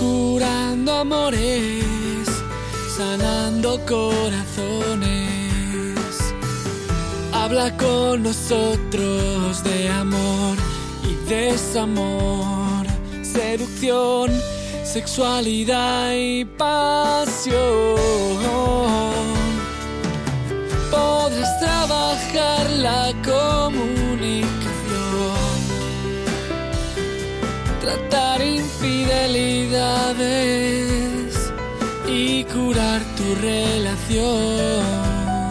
curando amores, sanando corazones. Habla con nosotros de amor y desamor, seducción, sexualidad y pasión. Podrás trabajar la comunicación, tratar infidelidades y curar tu relación.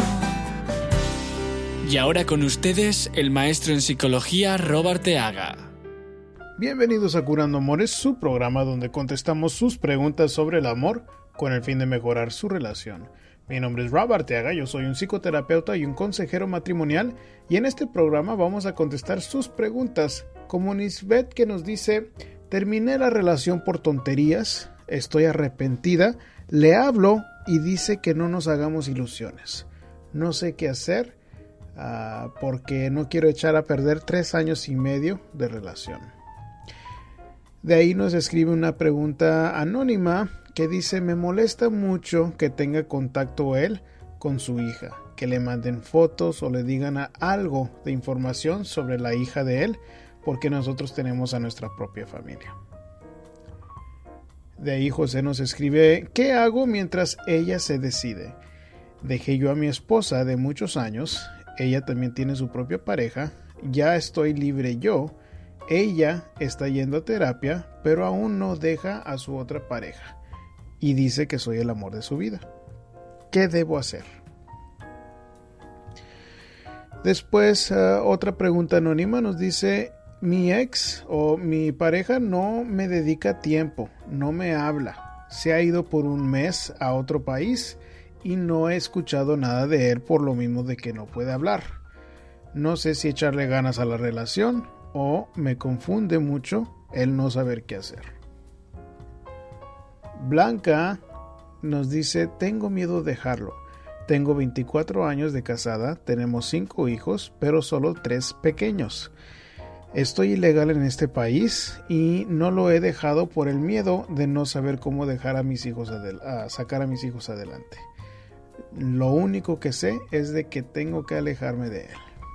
Y ahora con ustedes, el maestro en psicología Rob Arteaga. Bienvenidos a Curando Amores, su programa donde contestamos sus preguntas sobre el amor con el fin de mejorar su relación. Mi nombre es Rob Arteaga, yo soy un psicoterapeuta y un consejero matrimonial, y en este programa vamos a contestar sus preguntas, como Nisbet, que nos dice: terminé la relación por tonterías, estoy arrepentida, le hablo y dice que no nos hagamos ilusiones. No sé qué hacer porque no quiero echar a perder 3 años y medio de relación. De ahí nos escribe una pregunta anónima que dice: me molesta mucho que tenga contacto él con su hija, que le manden fotos o le digan algo de información sobre la hija de él, porque nosotros tenemos a nuestra propia familia. De ahí José nos escribe: ¿qué hago mientras ella se decide? Dejé yo a mi esposa de muchos años, ella también tiene su propia pareja, ya estoy libre yo, ella está yendo a terapia, pero aún no deja a su otra pareja y dice que soy el amor de su vida. ¿Qué debo hacer? Después, otra pregunta anónima nos dice: mi ex o mi pareja no me dedica tiempo, no me habla, se ha ido por un mes a otro país y no he escuchado nada de él por lo mismo de que no puede hablar. No sé si echarle ganas a la relación o me confunde mucho el no saber qué hacer. Blanca nos dice: tengo miedo de dejarlo. Tengo 24 años de casada, tenemos 5 hijos, pero solo 3 pequeños. Estoy ilegal en este país y no lo he dejado por el miedo de no saber cómo dejar a mis hijos sacar a mis hijos adelante. Lo único que sé es de que tengo que alejarme de él.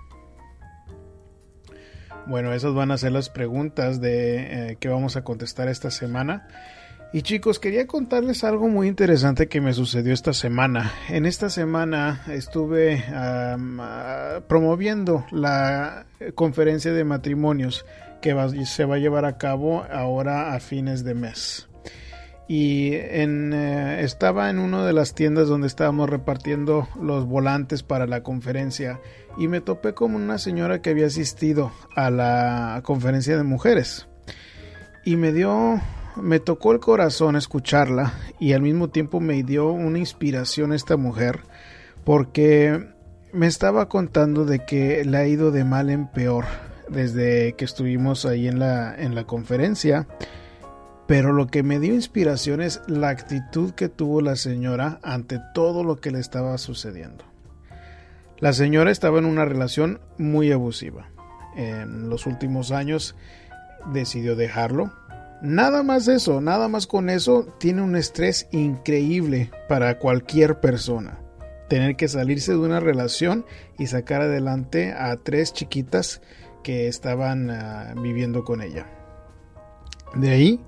Bueno, esas van a ser las preguntas que vamos a contestar esta semana. Y chicos, quería contarles algo muy interesante que me sucedió esta semana. En esta semana estuve promoviendo la conferencia de matrimonios que se va a llevar a cabo ahora a fines de mes. Y estaba en una de las tiendas donde estábamos repartiendo los volantes para la conferencia y me topé con una señora que había asistido a la conferencia de mujeres y me tocó el corazón escucharla, y al mismo tiempo me dio una inspiración esta mujer, porque me estaba contando de que le ha ido de mal en peor desde que estuvimos ahí en la conferencia. Pero lo que me dio inspiración es la actitud que tuvo la señora ante todo lo que le estaba sucediendo. La señora estaba en una relación muy abusiva. En los últimos años decidió dejarlo. Nada más eso, nada más con eso, tiene un estrés increíble para cualquier persona. Tener que salirse de una relación y sacar adelante a 3 chiquitas que estaban viviendo con ella. De ahí,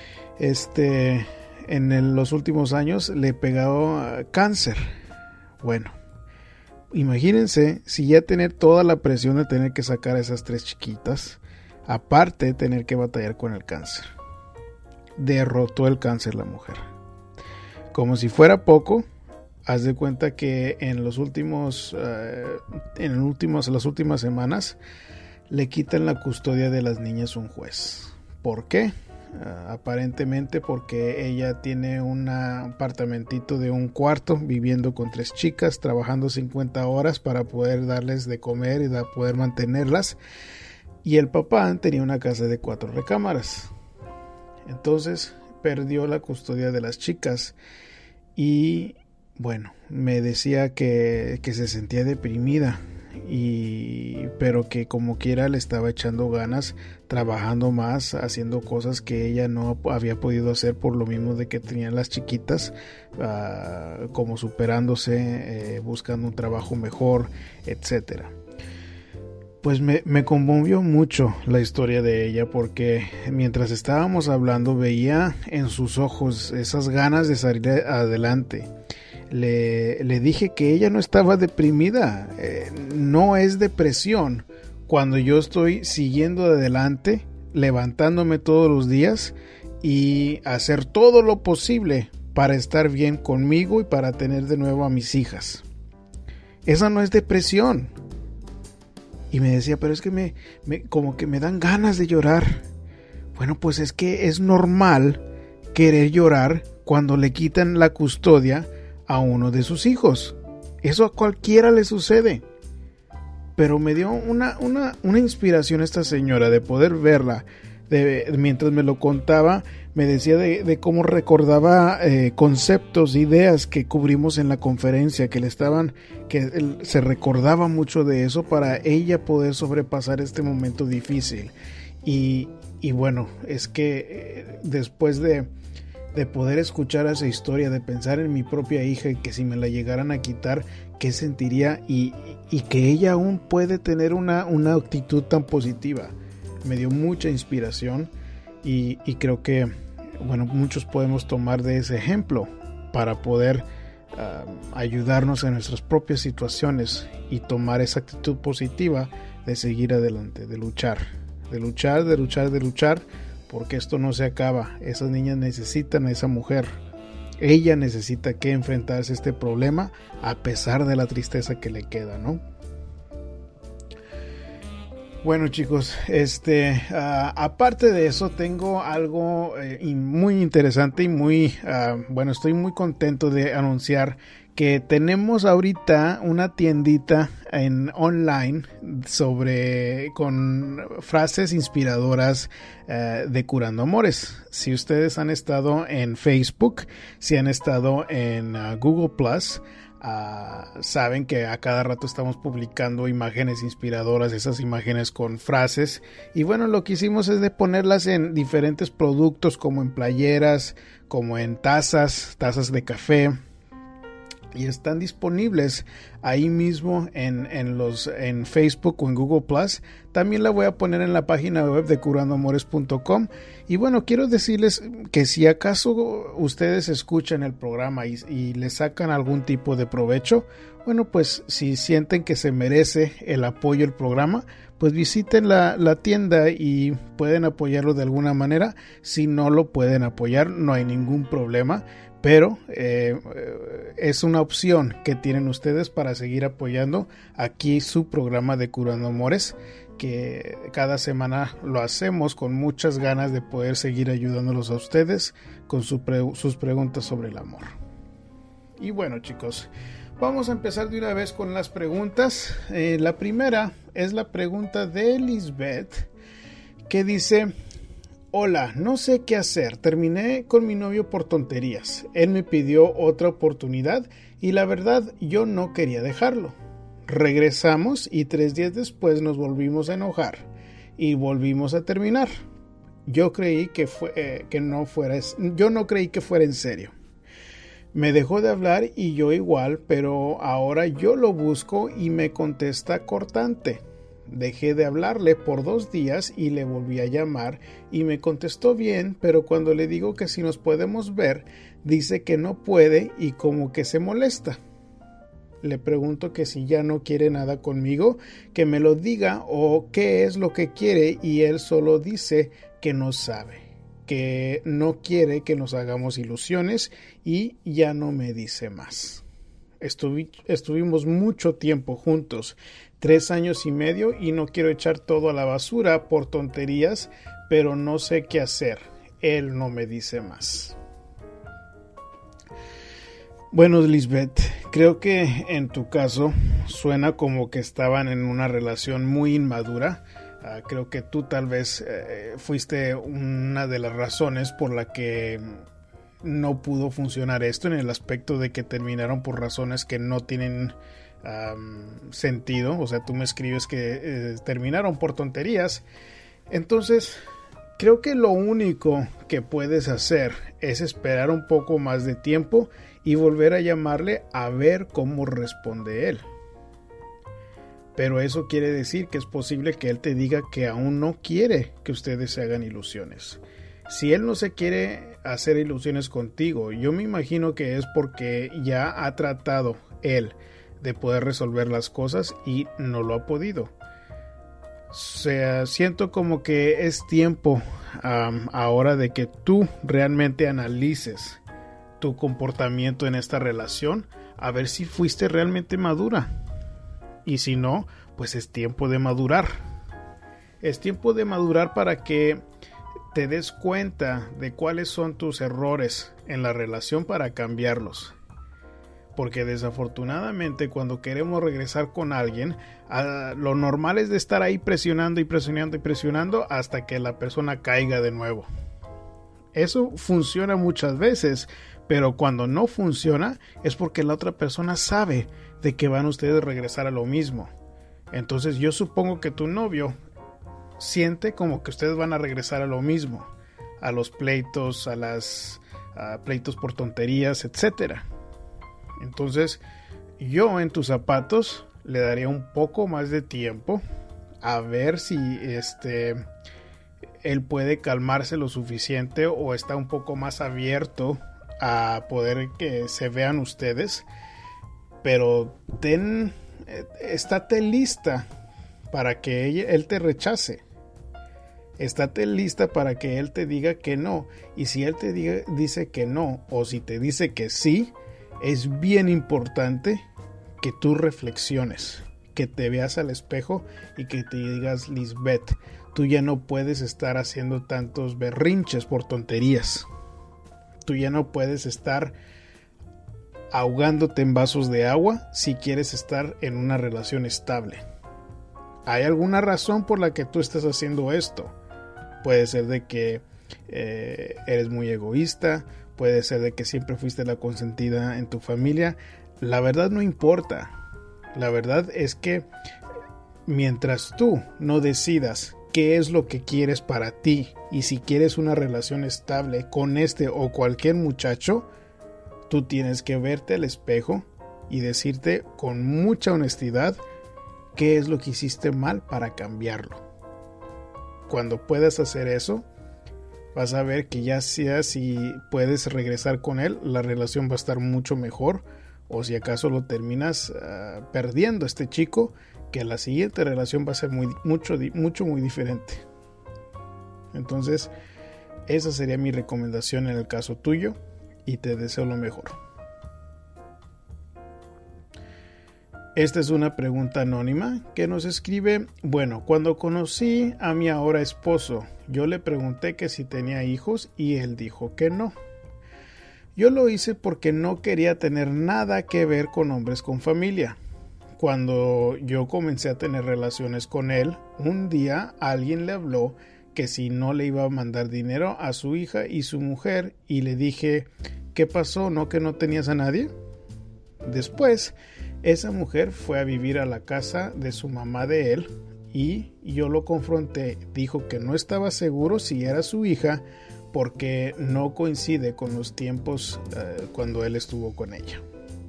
en los últimos años le pegó cáncer. Bueno, imagínense si ya tener toda la presión de tener que sacar a esas 3 chiquitas, aparte tener que batallar con el cáncer. Derrotó el cáncer la mujer. Como si fuera poco, haz de cuenta que en las últimas semanas le quitan la custodia de las niñas un juez. ¿Por qué? Aparentemente porque ella tiene un apartamentito de un cuarto viviendo con 3 chicas, trabajando 50 horas para poder darles de comer y poder mantenerlas, y el papá tenía una casa de 4 recámaras. Entonces perdió la custodia de las chicas y bueno, me decía que se sentía deprimida pero que como quiera le estaba echando ganas, trabajando más, haciendo cosas que ella no había podido hacer por lo mismo de que tenían las chiquitas, como superándose, buscando un trabajo mejor, etcétera. Pues me conmovió mucho la historia de ella, porque mientras estábamos hablando veía en sus ojos esas ganas de salir adelante. Le dije que ella no estaba deprimida, no es depresión cuando yo estoy siguiendo adelante, levantándome todos los días y hacer todo lo posible para estar bien conmigo y para tener de nuevo a mis hijas. Esa no es depresión. Y me decía, pero es que como que me dan ganas de llorar. Bueno, pues es que es normal querer llorar cuando le quitan la custodia a uno de sus hijos. Eso a cualquiera le sucede. Pero me dio una inspiración esta señora de poder verla. Mientras me lo contaba, me decía de cómo recordaba conceptos, ideas que cubrimos en la conferencia, que se recordaba mucho de eso para ella poder sobrepasar este momento difícil. Y bueno, es que después de poder escuchar esa historia, de pensar en mi propia hija y que si me la llegaran a quitar, qué sentiría, y que ella aún puede tener una actitud tan positiva, me dio mucha inspiración y creo que bueno, muchos podemos tomar de ese ejemplo para poder ayudarnos en nuestras propias situaciones y tomar esa actitud positiva de seguir adelante, de luchar, porque esto no se acaba. Esas niñas necesitan a esa mujer. Ella necesita que enfrentarse a este problema a pesar de la tristeza que le queda, ¿no? Bueno, chicos, aparte de eso tengo algo muy interesante y estoy muy contento de anunciar que tenemos ahorita una tiendita online con frases inspiradoras de Curando Amores. Si ustedes han estado en Facebook, si han estado en Google Plus, saben que a cada rato estamos publicando imágenes inspiradoras, esas imágenes con frases, y bueno, lo que hicimos es de ponerlas en diferentes productos, como en playeras, como en tazas de café, y están disponibles ahí mismo en Facebook o en Google Plus. También la voy a poner en la página web de curandoamores.com. Y bueno, quiero decirles que si acaso ustedes escuchan el programa y le sacan algún tipo de provecho, bueno, pues si sienten que se merece el apoyo del programa, pues visiten la tienda y pueden apoyarlo de alguna manera. Si no lo pueden apoyar, no hay ningún problema, pero es una opción que tienen ustedes para seguir apoyando aquí su programa de Curando Amores, que cada semana lo hacemos con muchas ganas de poder seguir ayudándolos a ustedes con sus preguntas sobre el amor. Y bueno, chicos, vamos a empezar de una vez con las preguntas. La primera es la pregunta de Lisbeth, que dice: hola, no sé qué hacer. Terminé con mi novio por tonterías. Él me pidió otra oportunidad y la verdad yo no quería dejarlo. Regresamos y 3 días después nos volvimos a enojar y volvimos a terminar. Yo no creí que fuera en serio. Me dejó de hablar y yo igual, pero ahora yo lo busco y me contesta cortante. Dejé de hablarle por 2 días y le volví a llamar y me contestó bien, pero cuando le digo que si nos podemos ver, dice que no puede y como que se molesta. Le pregunto que si ya no quiere nada conmigo, que me lo diga o qué es lo que quiere, y él solo dice que no sabe, que no quiere que nos hagamos ilusiones y ya no me dice más. Estuvimos mucho tiempo juntos, 3 años y medio, y no quiero echar todo a la basura por tonterías, pero no sé qué hacer. Él no me dice más. Bueno, Lisbeth, creo que en tu caso suena como que estaban en una relación muy inmadura. Creo que tú tal vez fuiste una de las razones por la que no pudo funcionar esto, en el aspecto de que terminaron por razones que no tienen sentido. O sea, tú me escribes que terminaron por tonterías. Entonces, creo que lo único que puedes hacer es esperar un poco más de tiempo y volver a llamarle a ver cómo responde él. Pero eso quiere decir que es posible que él te diga que aún no quiere que ustedes se hagan ilusiones. Si él no se quiere hacer ilusiones contigo, yo me imagino que es porque ya ha tratado él de poder resolver las cosas y no lo ha podido. O sea, siento como que es tiempo ahora de que tú realmente analices tu comportamiento en esta relación, a ver si fuiste realmente madura. Y si no, pues es tiempo de madurar. Es tiempo de madurar para que te des cuenta de cuáles son tus errores en la relación para cambiarlos. Porque desafortunadamente cuando queremos regresar con alguien, lo normal es de estar ahí presionando y presionando y presionando hasta que la persona caiga de nuevo. Eso funciona muchas veces, pero cuando no funciona es porque la otra persona sabe de que van ustedes a regresar a lo mismo. Entonces yo supongo que tu novio siente como que ustedes van a regresar a lo mismo, a los pleitos, a pleitos por tonterías, etcétera. Entonces yo en tus zapatos le daría un poco más de tiempo a ver si él puede calmarse lo suficiente o está un poco más abierto a poder que se vean ustedes. Pero estate lista para que él te rechace. Estate lista para que él te diga que no. Y si él te dice que no, o si te dice que sí, es bien importante que tú reflexiones, que te veas al espejo y que te digas: Lisbeth, tú ya no puedes estar haciendo tantos berrinches por tonterías. Tú ya no puedes estar ahogándote en vasos de agua si quieres estar en una relación estable. ¿Hay alguna razón por la que tú estás haciendo esto? Puede ser de que eres muy egoísta, puede ser de que siempre fuiste la consentida en tu familia. La verdad no importa. La verdad es que mientras tú no decidas qué es lo que quieres para ti y si quieres una relación estable con este o cualquier muchacho, tú tienes que verte al espejo y decirte con mucha honestidad qué es lo que hiciste mal para cambiarlo. Cuando puedas hacer eso, vas a ver que ya sea si puedes regresar con él, la relación va a estar mucho mejor, o si acaso lo terminas perdiendo este chico, que la siguiente relación va a ser muy diferente. Entonces, esa sería mi recomendación en el caso tuyo. Y te deseo lo mejor. Esta es una pregunta anónima que nos escribe: bueno, cuando conocí a mi ahora esposo, yo le pregunté que si tenía hijos y él dijo que no. Yo lo hice porque no quería tener nada que ver con hombres con familia. Cuando yo comencé a tener relaciones con él, un día alguien le habló que si no le iba a mandar dinero a su hija y su mujer, y le dije: ¿qué pasó? ¿No que no tenías a nadie? Después, esa mujer fue a vivir a la casa de su mamá de él y yo lo confronté. Dijo que no estaba seguro si era su hija porque no coincide con los tiempos cuando él estuvo con ella.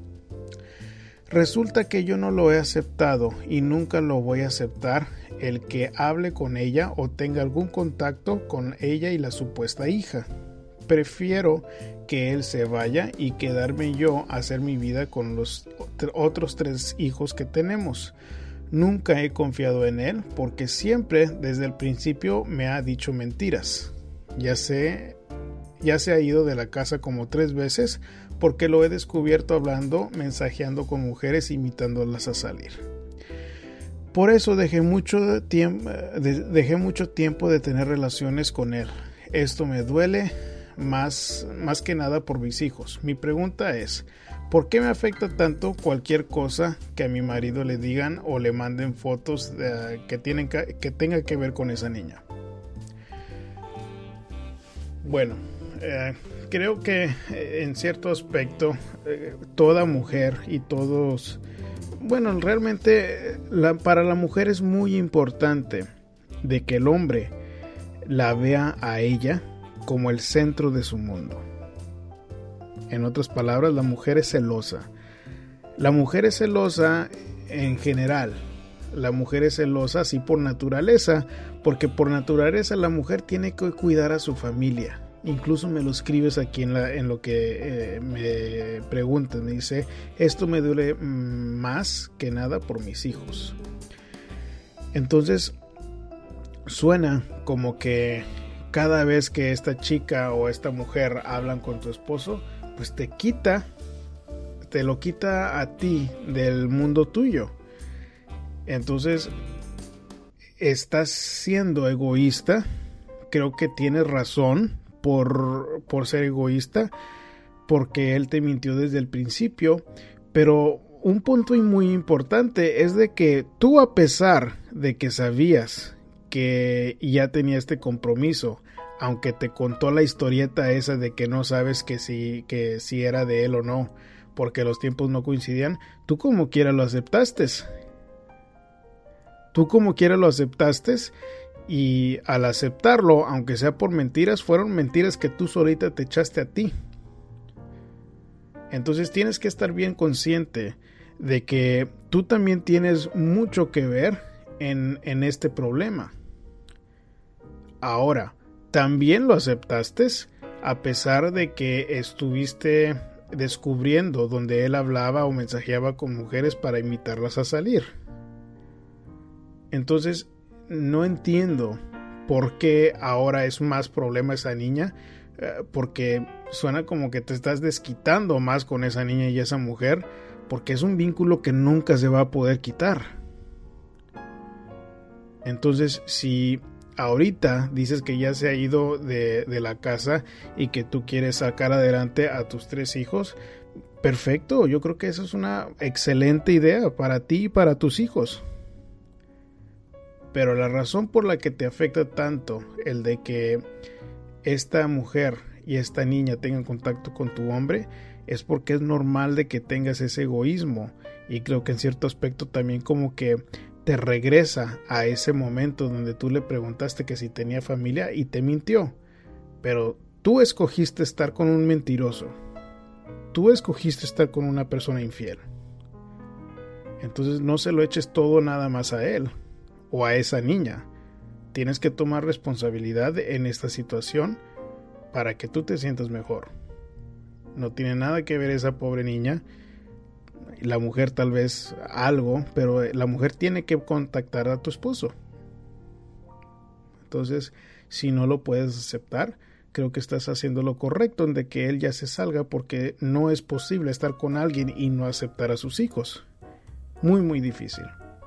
Resulta que yo no lo he aceptado y nunca lo voy a aceptar el que hable con ella o tenga algún contacto con ella y la supuesta hija. Prefiero que él se vaya y quedarme yo a hacer mi vida con los otros 3 hijos que tenemos. Nunca he confiado en él porque siempre desde el principio me ha dicho mentiras. Ya se ha ido de la casa como 3 veces porque lo he descubierto hablando, mensajeando con mujeres, invitándolas a salir. Por eso dejé mucho tiempo de tener relaciones con él. Esto me duele más que nada por mis hijos. Mi pregunta es: ¿por qué me afecta tanto cualquier cosa que a mi marido le digan o le manden fotos que tenga que ver con esa niña? Bueno, creo que en cierto aspecto toda mujer y todos bueno, realmente para la mujer es muy importante de que el hombre la vea a ella como el centro de su mundo. En otras palabras, la mujer es celosa. La mujer es celosa en general. La mujer es celosa así por naturaleza, porque por naturaleza la mujer tiene que cuidar a su familia. Incluso me lo escribes aquí en lo que me preguntas. Me dice, esto me duele más que nada por mis hijos. Entonces, suena como que cada vez que esta chica o esta mujer hablan con tu esposo, pues te lo quita a ti del mundo tuyo. Entonces, estás siendo egoísta. Creo que tienes razón por ser egoísta, porque él te mintió desde el principio. Pero un punto muy importante es de que tú, a pesar de que sabías que ya tenía este compromiso, aunque te contó la historieta esa de que no sabes que si era de él o no, porque los tiempos no coincidían, tú como quiera lo aceptaste. Y al aceptarlo, aunque sea por mentiras, fueron mentiras que tú solita te echaste a ti. Entonces tienes que estar bien consciente de que tú también tienes mucho que ver en este problema. Ahora, también lo aceptaste a pesar de que estuviste descubriendo donde él hablaba o mensajeaba con mujeres para invitarlas a salir. Entonces, no entiendo por qué ahora es más problema esa niña, porque suena como que te estás desquitando más con esa niña y esa mujer, porque es un vínculo que nunca se va a poder quitar. Entonces, si ahorita dices que ya se ha ido de la casa y que tú quieres sacar adelante a tus 3 hijos, perfecto, yo creo que esa es una excelente idea para ti y para tus hijos. Pero la razón por la que te afecta tanto el de que esta mujer y esta niña tengan contacto con tu hombre es porque es normal de que tengas ese egoísmo, y creo que en cierto aspecto también como que te regresa a ese momento donde tú le preguntaste que si tenía familia y te mintió. Pero tú escogiste estar con un mentiroso. Tú escogiste estar con una persona infiel. Entonces no se lo eches todo nada más a él o a esa niña. Tienes que tomar responsabilidad en esta situación para que tú te sientas mejor. No tiene nada que ver esa pobre niña. La mujer tal vez algo, pero la mujer tiene que contactar a tu esposo. Entonces, si no lo puedes aceptar, creo que estás haciendo lo correcto en de que él ya se salga, porque no es posible estar con alguien y no aceptar a sus hijos. Muy, muy difícil.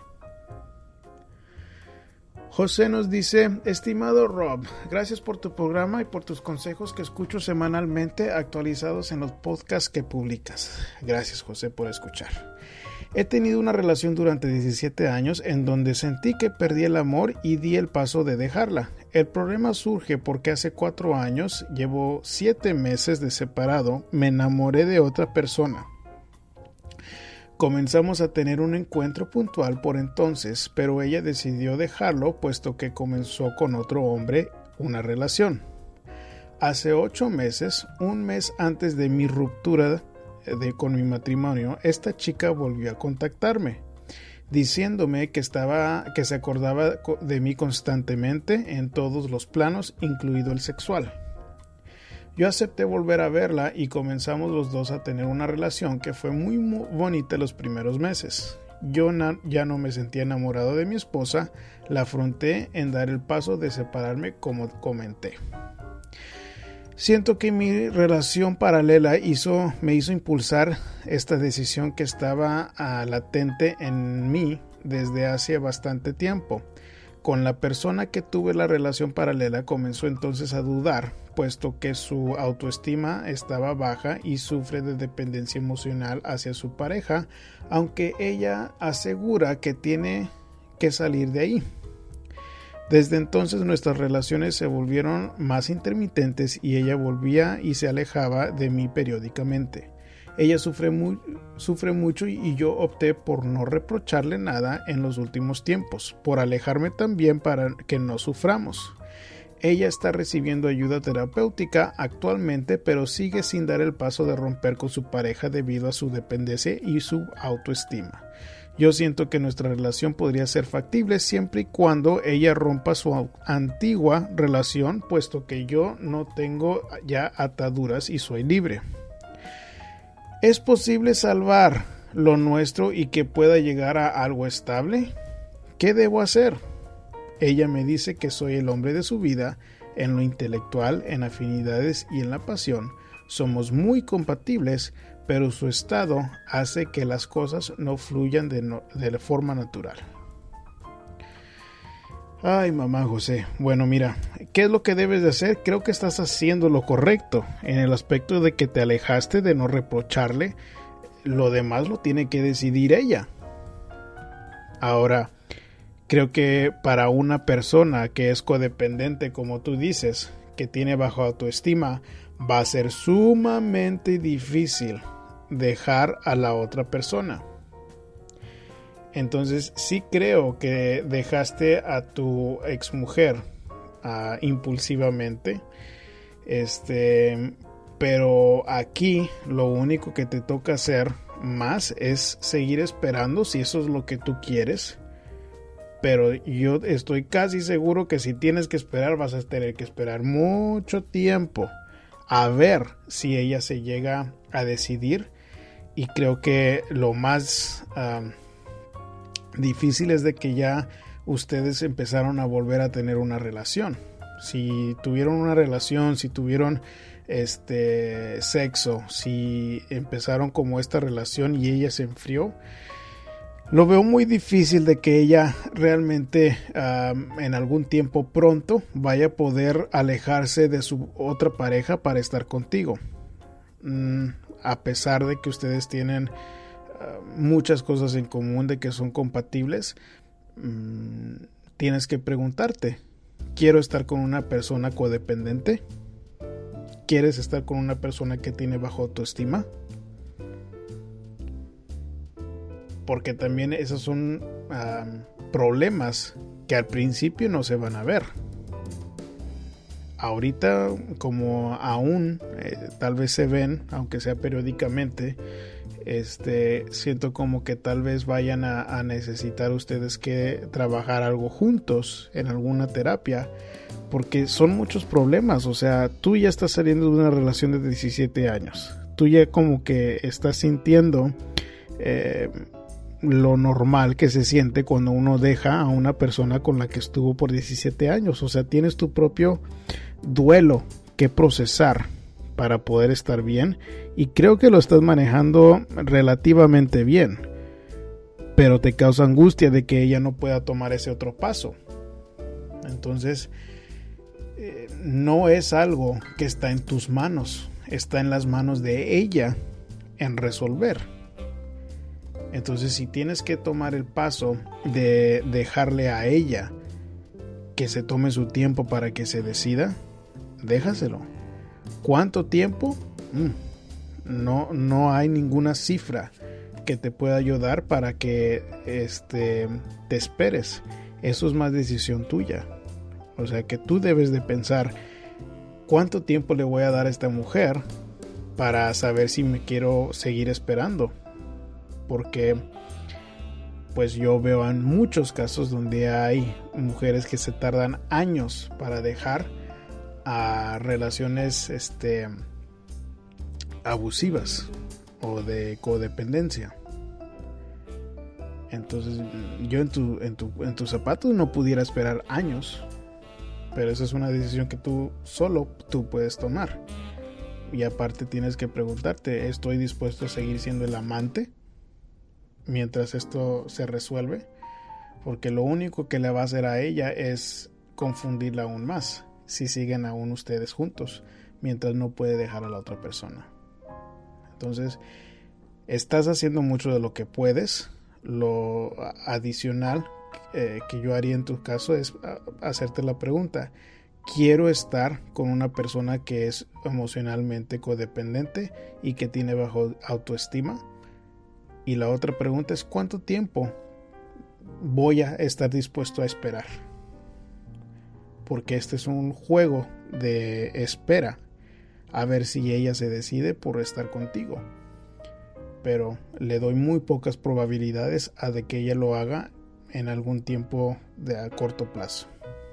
José nos dice: estimado Rob, gracias por tu programa y por tus consejos que escucho semanalmente actualizados en los podcasts que publicas. Gracias, José, por escuchar. He tenido una relación durante 17 años en donde sentí que perdí el amor y di el paso de dejarla. El problema surge porque hace 4 años, llevo 7 meses de separado, me enamoré de otra persona. Comenzamos a tener un encuentro puntual por entonces, pero ella decidió dejarlo puesto que comenzó con otro hombre una relación. Hace 8 meses, un mes antes de mi ruptura con mi matrimonio, esta chica volvió a contactarme, diciéndome que se acordaba de mí constantemente en todos los planos, incluido el sexual. Yo acepté volver a verla y comenzamos los dos a tener una relación que fue muy bonita los primeros meses. Yo ya no me sentía enamorado de mi esposa, la afronté en dar el paso de separarme, como comenté. Siento que mi relación paralela me hizo impulsar esta decisión que estaba latente en mí desde hace bastante tiempo. Con la persona que tuve la relación paralela comenzó entonces a dudar, puesto que su autoestima estaba baja y sufre de dependencia emocional hacia su pareja, aunque ella asegura que tiene que salir de ahí. Desde entonces nuestras relaciones se volvieron más intermitentes y ella volvía y se alejaba de mí periódicamente. Ella sufre mucho y yo opté por no reprocharle nada en los últimos tiempos, por alejarme también para que no suframos. Ella está recibiendo ayuda terapéutica actualmente, pero sigue sin dar el paso de romper con su pareja debido a su dependencia y su autoestima. Yo siento que nuestra relación podría ser factible siempre y cuando ella rompa su antigua relación, puesto que yo no tengo ya ataduras y soy libre. ¿Es posible salvar lo nuestro y que pueda llegar a algo estable? ¿Qué debo hacer? Ella me dice que soy el hombre de su vida en lo intelectual, en afinidades y en la pasión. Somos muy compatibles, pero su estado hace que las cosas no fluyan de forma natural. Ay, mamá José. Bueno, mira, ¿qué es lo que debes de hacer? Creo que estás haciendo lo correcto en el aspecto de que te alejaste, de no reprocharle. Lo demás lo tiene que decidir ella. Ahora, creo que para una persona que es codependiente, como tú dices, que tiene baja autoestima, va a ser sumamente difícil dejar a la otra persona. Entonces sí creo que dejaste a tu exmujer impulsivamente, pero aquí lo único que te toca hacer más es seguir esperando, si eso es lo que tú quieres. Pero yo estoy casi seguro que si tienes que esperar, vas a tener que esperar mucho tiempo a ver si ella se llega a decidir. Y creo que lo más difícil es de que ya ustedes empezaron a volver a tener una relación. Si tuvieron una relación, si tuvieron sexo, si empezaron como esta relación y ella se enfrió, lo veo muy difícil de que ella realmente en algún tiempo pronto vaya a poder alejarse de su otra pareja para estar contigo. A pesar de que ustedes tienen muchas cosas en común, de que son compatibles, tienes que preguntarte, ¿quiero estar con una persona codependiente? ¿Quieres estar con una persona que tiene baja autoestima? Porque también esos son problemas que al principio no se van a ver. Ahorita, como aún tal vez se ven, aunque sea periódicamente, siento como que tal vez vayan a necesitar ustedes que trabajar algo juntos en alguna terapia, porque son muchos problemas. O sea, tú ya estás saliendo de una relación de 17 años. Tú ya como que estás sintiendo lo normal que se siente cuando uno deja a una persona con la que estuvo por 17 años. O sea, tienes tu propio duelo que procesar para poder estar bien, y creo que lo estás manejando relativamente bien, pero te causa angustia de que ella no pueda tomar ese otro paso. Entonces no es algo que está en tus manos, está en las manos de ella en resolver. Entonces, si tienes que tomar el paso de dejarle a ella que se tome su tiempo para que se decida, déjaselo. ¿Cuánto tiempo? No hay ninguna cifra que te pueda ayudar para que te esperes. Eso es más decisión tuya. O sea que tú debes de pensar, ¿cuánto tiempo le voy a dar a esta mujer para saber si me quiero seguir esperando? Porque pues yo veo en muchos casos donde hay mujeres que se tardan años para dejar a relaciones abusivas o de codependencia. Entonces yo en tus zapatos no pudiera esperar años, pero esa es una decisión que tú puedes tomar. Y aparte tienes que preguntarte, ¿estoy dispuesto a seguir siendo el amante mientras esto se resuelve? Porque lo único que le va a hacer a ella es confundirla aún más si siguen aún ustedes juntos, mientras no puede dejar a la otra persona. Entonces, estás haciendo mucho de lo que puedes. Lo adicional que yo haría en tu caso es hacerte la pregunta, quiero estar con una persona que es emocionalmente codependiente y que tiene bajo autoestima. Y la otra pregunta es, ¿cuánto tiempo voy a estar dispuesto a esperar? Porque este es un juego de espera, a ver si ella se decide por estar contigo. Pero le doy muy pocas probabilidades a de que ella lo haga en algún tiempo a corto plazo.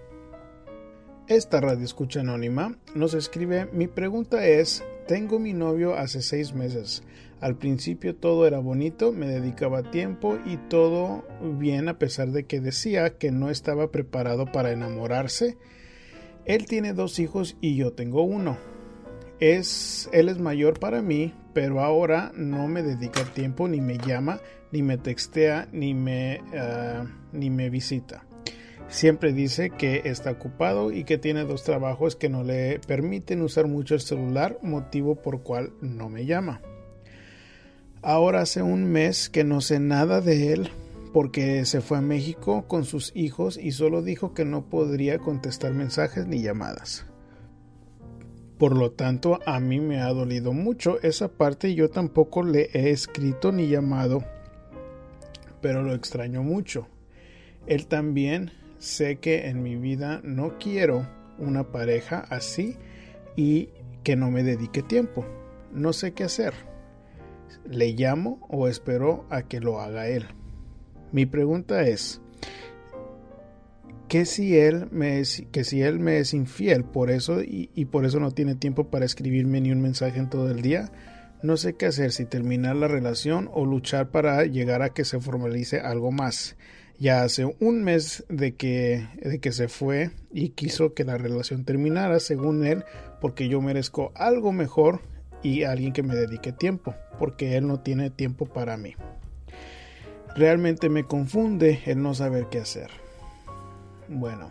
Esta radioescucha anónima nos escribe: mi pregunta es, tengo mi novio hace 6 meses. Al principio todo era bonito, me dedicaba tiempo y todo bien, a pesar de que decía que no estaba preparado para enamorarse. Él tiene 2 hijos y yo tengo 1. Él es mayor para mí, pero ahora no me dedica tiempo, ni me llama, ni me textea, ni me visita. Siempre dice que está ocupado y que tiene 2 trabajos que no le permiten usar mucho el celular, motivo por cual no me llama. Ahora hace 1 mes que no sé nada de él porque se fue a México con sus hijos y solo dijo que no podría contestar mensajes ni llamadas. Por lo tanto, a mí me ha dolido mucho esa parte y yo tampoco le he escrito ni llamado, pero lo extraño mucho. Él también. Sé que en mi vida no quiero una pareja así y que no me dedique tiempo. No sé qué hacer. ¿Le llamo o espero a que lo haga él? Mi pregunta es, que si él me es infiel por eso y por eso no tiene tiempo para escribirme ni un mensaje en todo el día, no sé qué hacer, si terminar la relación o luchar para llegar a que se formalice algo más. Ya hace 1 mes de que se fue y quiso que la relación terminara, según él, porque yo merezco algo mejor y alguien que me dedique tiempo, porque él no tiene tiempo para mí. Realmente me confunde el no saber qué hacer. Bueno,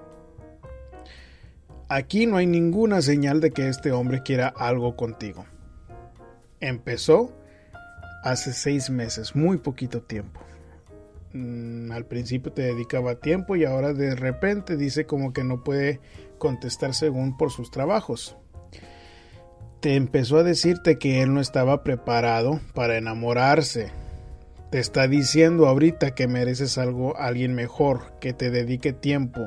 aquí no hay ninguna señal de que este hombre quiera algo contigo. Empezó hace 6 meses, muy poquito tiempo. Al principio te dedicaba tiempo y ahora de repente dice como que no puede contestar según por sus trabajos. Te empezó a decirte que él no estaba preparado para enamorarse. Te está diciendo ahorita que mereces alguien mejor, que te dedique tiempo.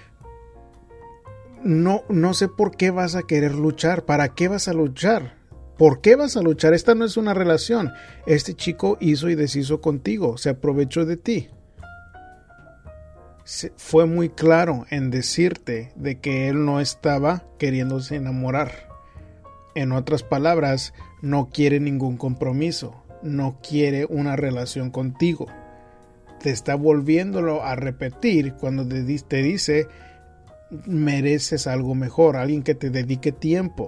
No sé por qué vas a querer luchar. ¿Para qué vas a luchar? ¿Por qué vas a luchar? Esta no es una relación. Este chico hizo y deshizo contigo. Se aprovechó de ti. Fue muy claro en decirte de que él no estaba queriéndose enamorar. En otras palabras, no quiere ningún compromiso. No quiere una relación contigo. Te está volviéndolo a repetir cuando te dice mereces algo mejor, alguien que te dedique tiempo.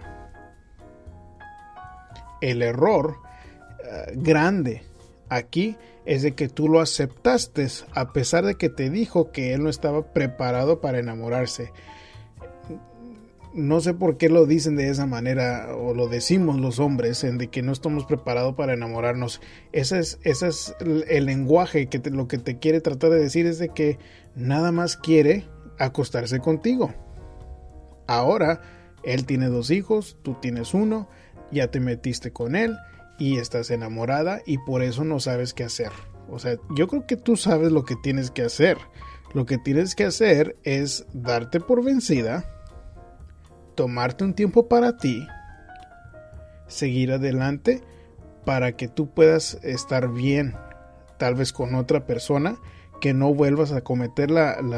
El error grande aquí es de que tú lo aceptaste a pesar de que te dijo que él no estaba preparado para enamorarse. No sé por qué lo dicen de esa manera, o lo decimos los hombres, en de que no estamos preparados para enamorarnos. Ese es el lenguaje que lo que te quiere tratar de decir es de que nada más quiere acostarse contigo. Ahora, él tiene 2 hijos, tú tienes 1, ya te metiste con él y estás enamorada y por eso no sabes qué hacer. O sea, yo creo que tú sabes lo que tienes que hacer. Lo que tienes que hacer es darte por vencida, tomarte un tiempo para ti, seguir adelante para que tú puedas estar bien, tal vez con otra persona, que no vuelvas a cometer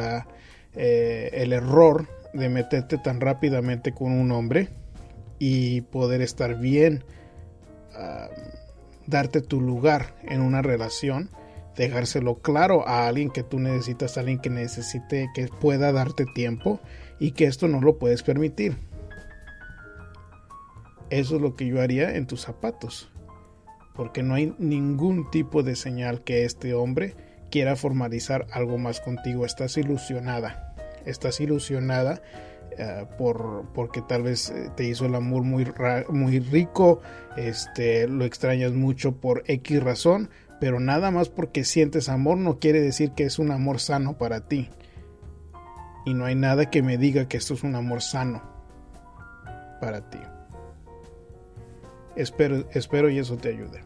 el error de meterte tan rápidamente con un hombre y poder estar bien, darte tu lugar en una relación, dejárselo claro a alguien que tú necesitas, a alguien que necesite, que pueda darte tiempo y que esto no lo puedes permitir. Eso es lo que yo haría en tus zapatos, porque no hay ningún tipo de señal que este hombre quiera formalizar algo más contigo. Estás ilusionada porque tal vez te hizo el amor muy rico, lo extrañas mucho por X razón, pero nada más porque sientes amor no quiere decir que es un amor sano para ti. y no hay nada que me diga que esto es un amor sano para ti. Espero y eso te ayude.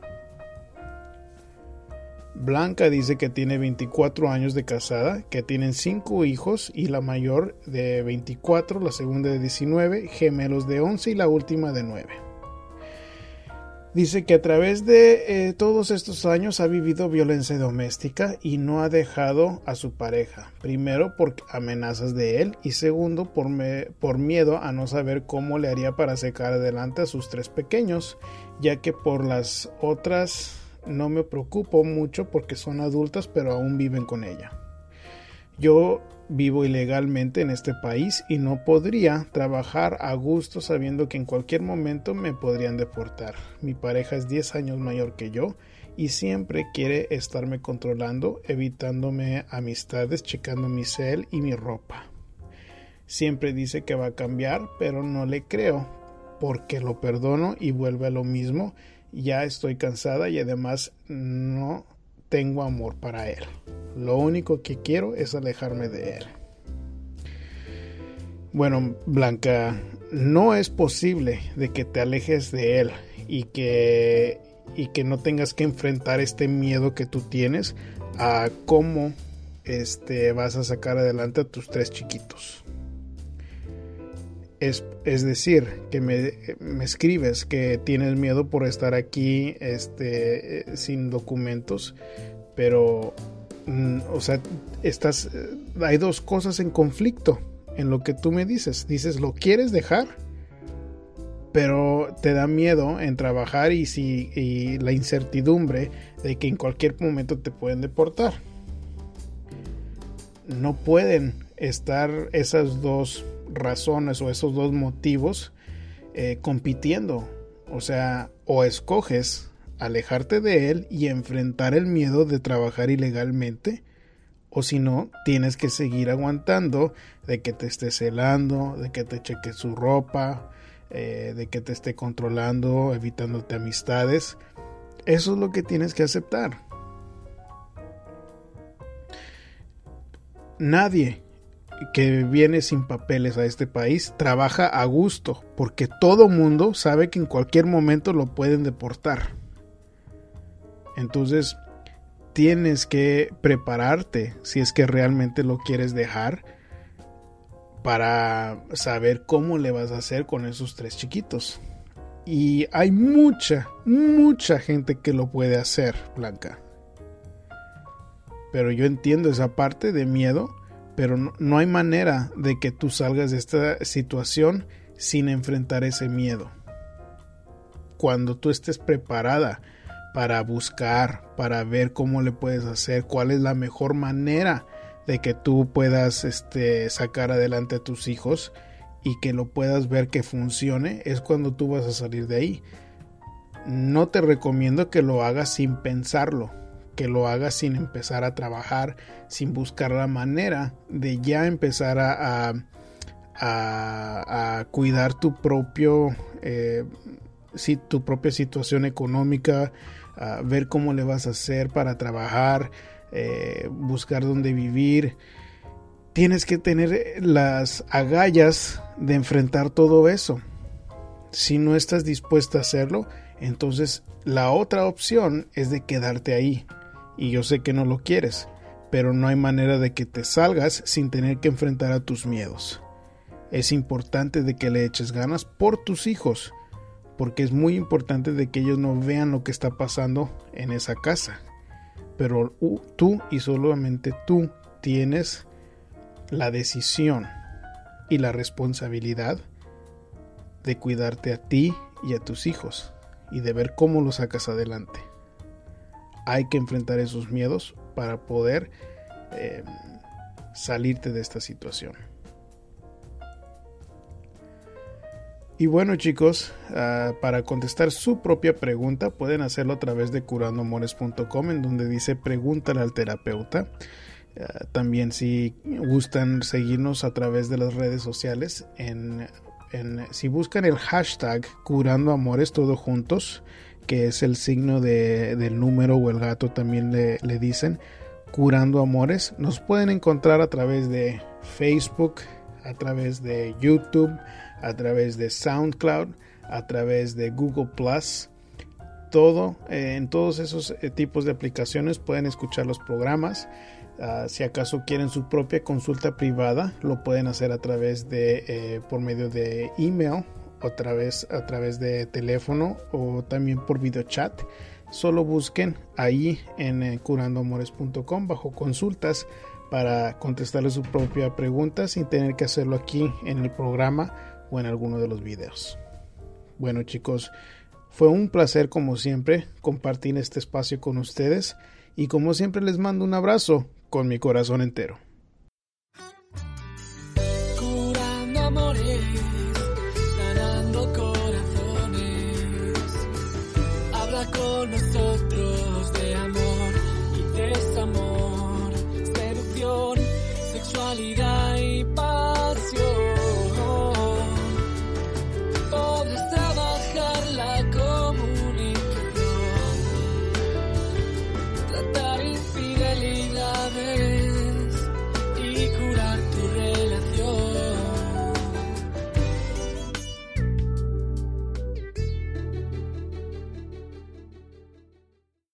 Blanca dice que tiene 24 años de casada, que tienen 5 hijos y la mayor de 24, la segunda de 19, gemelos de 11 y la última de 9. Dice que a través de todos estos años ha vivido violencia doméstica y no ha dejado a su pareja. Primero por amenazas de él y segundo por miedo a no saber cómo le haría para sacar adelante a sus 3 pequeños, ya que por las otras no me preocupo mucho porque son adultas pero aún viven con ella. Yo vivo ilegalmente en este país y no podría trabajar a gusto sabiendo que en cualquier momento me podrían deportar. Mi pareja es 10 años mayor que yo y siempre quiere estarme controlando, evitándome amistades, checando mi cel y mi ropa. Siempre dice que va a cambiar, pero no le creo porque lo perdono y vuelve a lo mismo. Ya estoy cansada y además no tengo amor para él. Lo único que quiero es alejarme de él. Bueno, Blanca, no es posible de que te alejes de él y que no tengas que enfrentar este miedo que tú tienes a cómo vas a sacar adelante a tus 3 chiquitos. Es decir, que me escribes que tienes miedo por estar aquí sin documentos, pero hay 2 cosas en conflicto en lo que tú me dices. Dices, lo quieres dejar, pero te da miedo en trabajar y la incertidumbre de que en cualquier momento te pueden deportar. No pueden estar esas 2 razones o esos 2 motivos compitiendo. O escoges alejarte de él y enfrentar el miedo de trabajar ilegalmente, o si no, tienes que seguir aguantando de que te esté celando, de que te cheque su ropa, de que te esté controlando, evitándote amistades. Eso es lo que tienes que aceptar. Nadie que viene sin papeles a este país trabaja a gusto, porque todo mundo sabe que en cualquier momento lo pueden deportar. Entonces tienes que prepararte si es que realmente lo quieres dejar, para saber cómo le vas a hacer con esos 3 chiquitos. Y hay mucha gente que lo puede hacer, Blanca. Pero yo entiendo esa parte de miedo, pero no hay manera de que tú salgas de esta situación sin enfrentar ese miedo. Cuando tú estés preparada para buscar, para ver cómo le puedes hacer, cuál es la mejor manera de que tú puedas sacar adelante a tus hijos y que lo puedas ver que funcione, es cuando tú vas a salir de ahí. No te recomiendo que lo hagas sin pensarlo, que lo hagas sin empezar a trabajar, sin buscar la manera de ya empezar a cuidar tu propia situación económica, a ver cómo le vas a hacer para trabajar, buscar dónde vivir. Tienes que tener las agallas de enfrentar todo eso. Si no estás dispuesta a hacerlo, entonces la otra opción es de quedarte ahí. Y yo sé que no lo quieres, pero no hay manera de que te salgas sin tener que enfrentar a tus miedos. Es importante de que le eches ganas por tus hijos, porque es muy importante de que ellos no vean lo que está pasando en esa casa. Pero tú y solamente tú tienes la decisión y la responsabilidad de cuidarte a ti y a tus hijos y de ver cómo lo sacas adelante. Hay que enfrentar esos miedos para poder salirte de esta situación. Y bueno, chicos, para contestar su propia pregunta pueden hacerlo a través de curandoamores.com, en donde dice pregúntale al terapeuta. También si gustan seguirnos a través de las redes sociales, si buscan el hashtag curandoamores todos juntos, que es el signo del número o el gato también le dicen, Curando Amores. Nos pueden encontrar a través de Facebook, a través de YouTube, a través de SoundCloud, a través de Google Plus. En todos esos tipos de aplicaciones pueden escuchar los programas. Si acaso quieren su propia consulta privada, lo pueden hacer a través de por medio de email, a través de teléfono o también por videochat. Solo busquen ahí en curandoamores.com bajo consultas para contestarle su propia pregunta sin tener que hacerlo aquí en el programa o en alguno de los videos. Bueno, chicos, fue un placer como siempre compartir este espacio con ustedes y como siempre les mando un abrazo con mi corazón entero. Curando Amores.